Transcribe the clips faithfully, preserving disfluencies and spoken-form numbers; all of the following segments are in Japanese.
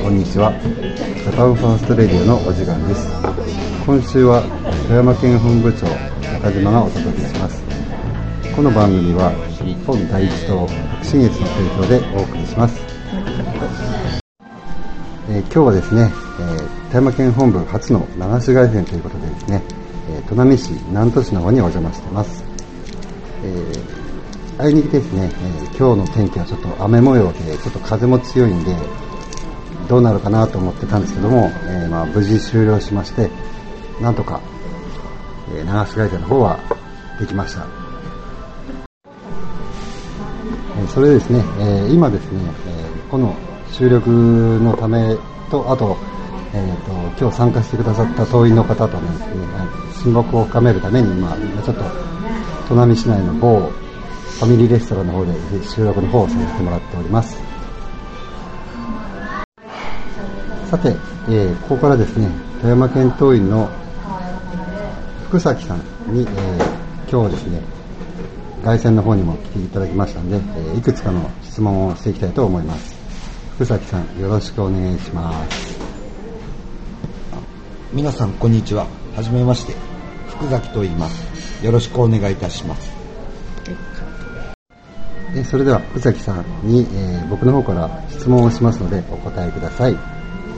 こんにちは。ジャパンファーストレディオのお時間です。今週は富山県本部長中島がお届けします。この番組は日本第一党北信越の提供でお送りします。えー、今日はですね、えー、富山県本部初の流し外線ということでですね、えー、砺波市南砺市の方にお邪魔しています。えーあいにくですね、えー、今日の天気はちょっと雨模様でちょっと風も強いんでどうなるかなと思ってたんですけども、えーまあ、無事終了しましてなんとか、えー、流し外線の方はできました。えー、それですね、えー、今ですね、えー、この収録のためとあと、えー、と今日参加してくださった党員の方とですね親睦を深めるために今ちょっと砺波市内の某ファミリーレストランの方で収録の方をさせてもらっております。さて、えー、ここからですね富山県党員の福崎さんに、えー、今日ですね凱旋の方にも来ていただきましたので、えー、いくつかの質問をしていきたいと思います。福崎さんよろしくお願いします。 皆さんこんにちは。はじめまして福崎と言います。よろしくお願いいたします。 それでは福崎さんに、えー、僕の方から質問をしますのでお答えください。はい、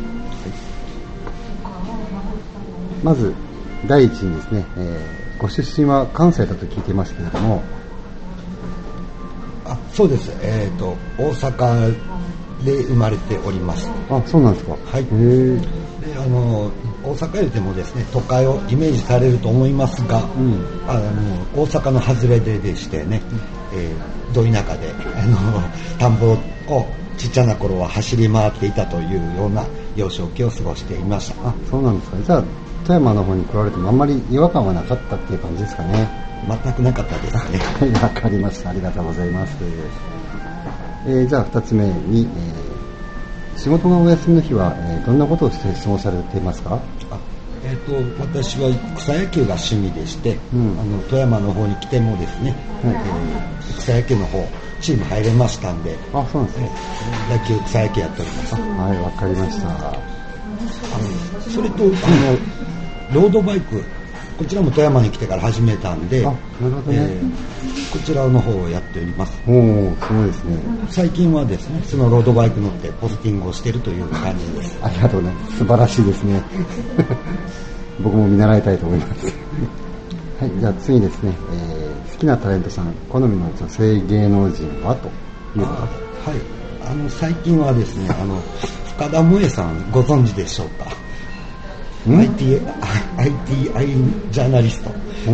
まず第一にですね、えー、ご出身は関西だと聞いていますけれども。 あ、そうです。えーと大阪で生まれております。 あ、そうなんですか。 はい。であの大阪よりでもですね都会をイメージされると思いますが、うん、あの大阪の外れででしてね、うん、えー、ど田舎であの田んぼをちっちゃな頃は走り回っていたというような幼少期を過ごしていました。 あ、そうなんですか。じゃあ富山の方に来られてもあんまり違和感はなかったっていう感じですかね。 全くなかったですね。 はい、わかりました。ありがとうございます。えー、じゃあふたつめに、えー仕事がお休みの日は、えー、どんなことをして過ごされていますか？ あ、えー、と私は草野球が趣味でして、うん、あの富山の方に来てもですね、はい、えー、草野球の方チーム入れましたんで、 あ、そうなんですね、 えー、野球草野球やっております。 はい、わかりました。あのそれとあのロードバイクこちらも富山に来てから始めたんで、 あ、なるほどね、えー、こちらの方をやっております。 おー、すごいですね。 最近はですねそのロードバイク乗ってポスティングをしているという感じです。 ありがとうございます。素晴らしいですね僕も見習いたいと思いますはい、じゃあ次ですね、えー、好きなタレントさん好みの女性芸能人はというのは。 はい、あの最近はですねあの深田萌さんご存知でしょうか。アイティー アイティーアイ ジャーナリスト、うん、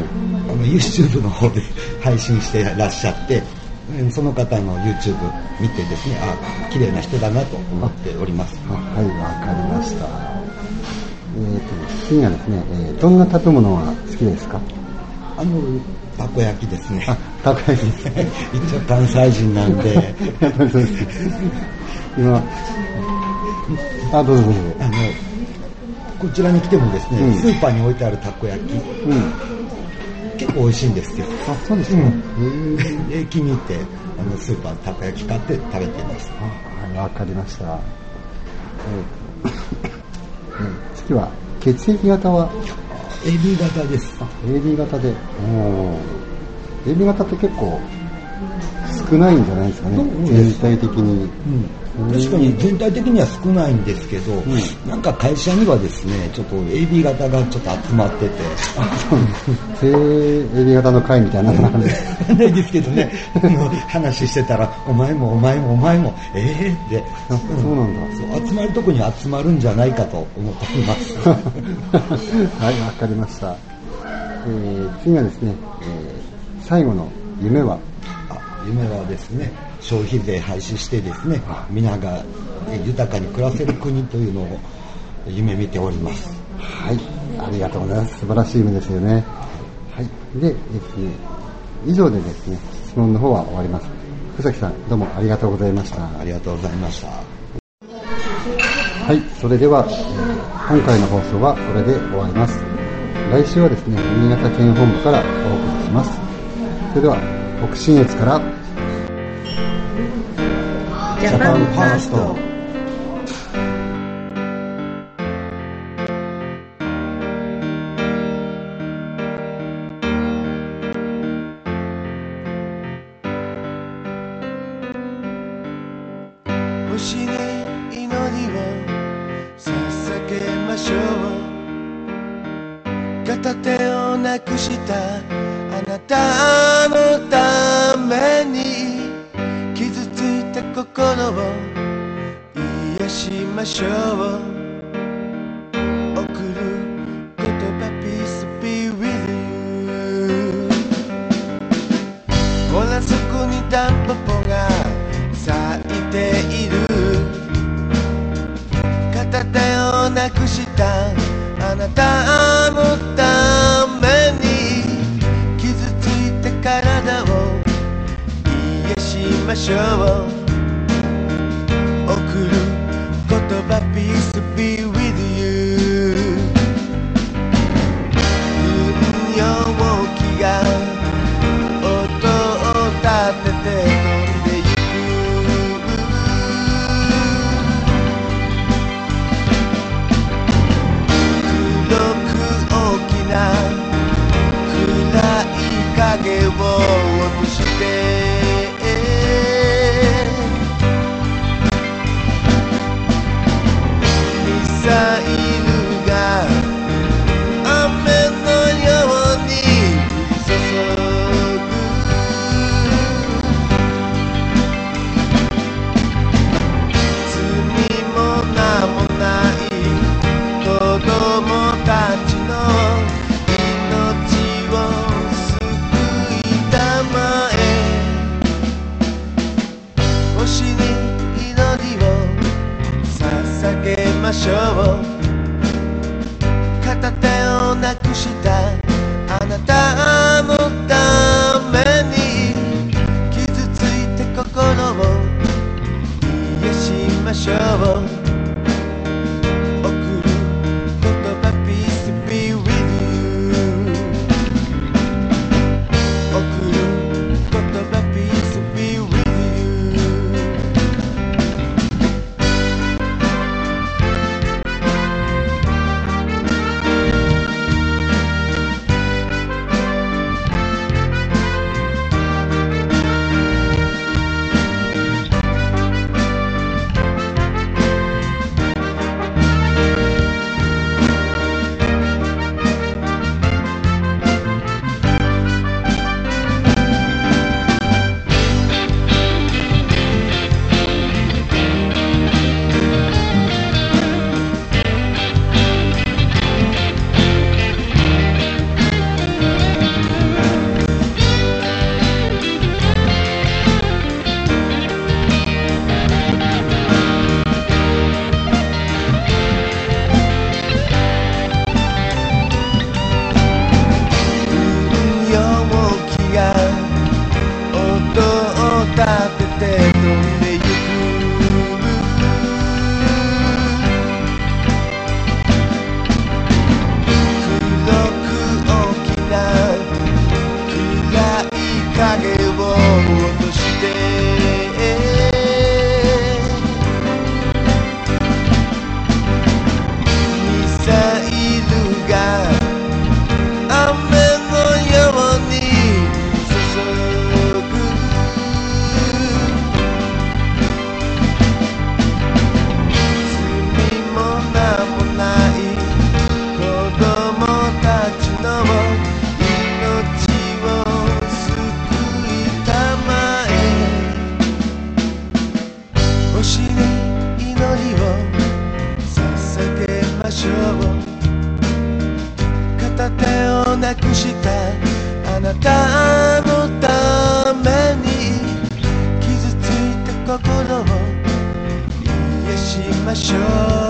あの YouTube の方で配信してらっしゃって、その方の YouTube 見てですね、あ、綺麗な人だなと思っております。 はい、わかりました。えーと、次はですね、えー、どんな食べ物が好きですか？ あのたこ焼きですね。 あ、たこ焼きですね一応関西人なんでやっぱりそうです今あ、どうぞどうぞ。 あのこちらに来てもですね、うん、スーパーに置いてあるたこ焼き、うん、結構美味しいんですよ。 あ、そうですか。うん、 で気に入ってあのスーパーでたこ焼き買って食べています。 はい、わかりました。えー、次は血液型はエービー 型です。 あ、エービー 型で、おー、エービー 型って結構少ないんじゃないですかね、全体的に。 うん、確かに全体的には少ないんですけど、うん、なんか会社にはですねちょっと エービー 型がちょっと集まってて、 精鋭 エービー 型の会みたいなのなんでないですけどね話してたらお前もお前もお前もええー、って、 あ、そうなんだ。 そう集まるとこに集まるんじゃないかと思っていますはい、わかりました。えー、次はですね、えー、最後の夢は？ あ、夢はですね消費税廃止してですね皆が豊かに暮らせる国というのを夢見ております。 はい、ありがとうございます。素晴らしい夢ですよね。はい、でですね以上でですね質問の方は終わります。福崎さんどうもありがとうございました。 ありがとうございました。 はい、それでは、えー、今回の放送はこれで終わります。来週はですね新潟県本部からお送りします。それでは北信越からジャパンファースト。 片手をなくしたあなたのために傷ついた心を癒しましょう。送る言葉 Peace be with you。 ほらそこにタンポポが咲いている。片手をなくしたあなたのために傷ついた体を癒しましょう。送る言葉 Peace be with you。 軍用機が音を立てて飛んでゆく。黒く大きな暗い影を落としてミサイルが雨のように降り注ぐ。罪も名もない子供たちの命を救いたまえ。星に祈りを捧げましょう。片手をなくしたあなたのために傷ついた心を癒しましょう。送る言葉 Peace be with you。 送る言葉 Peace be with you。片手をなくしたあなたのために傷ついた心を癒しましょう。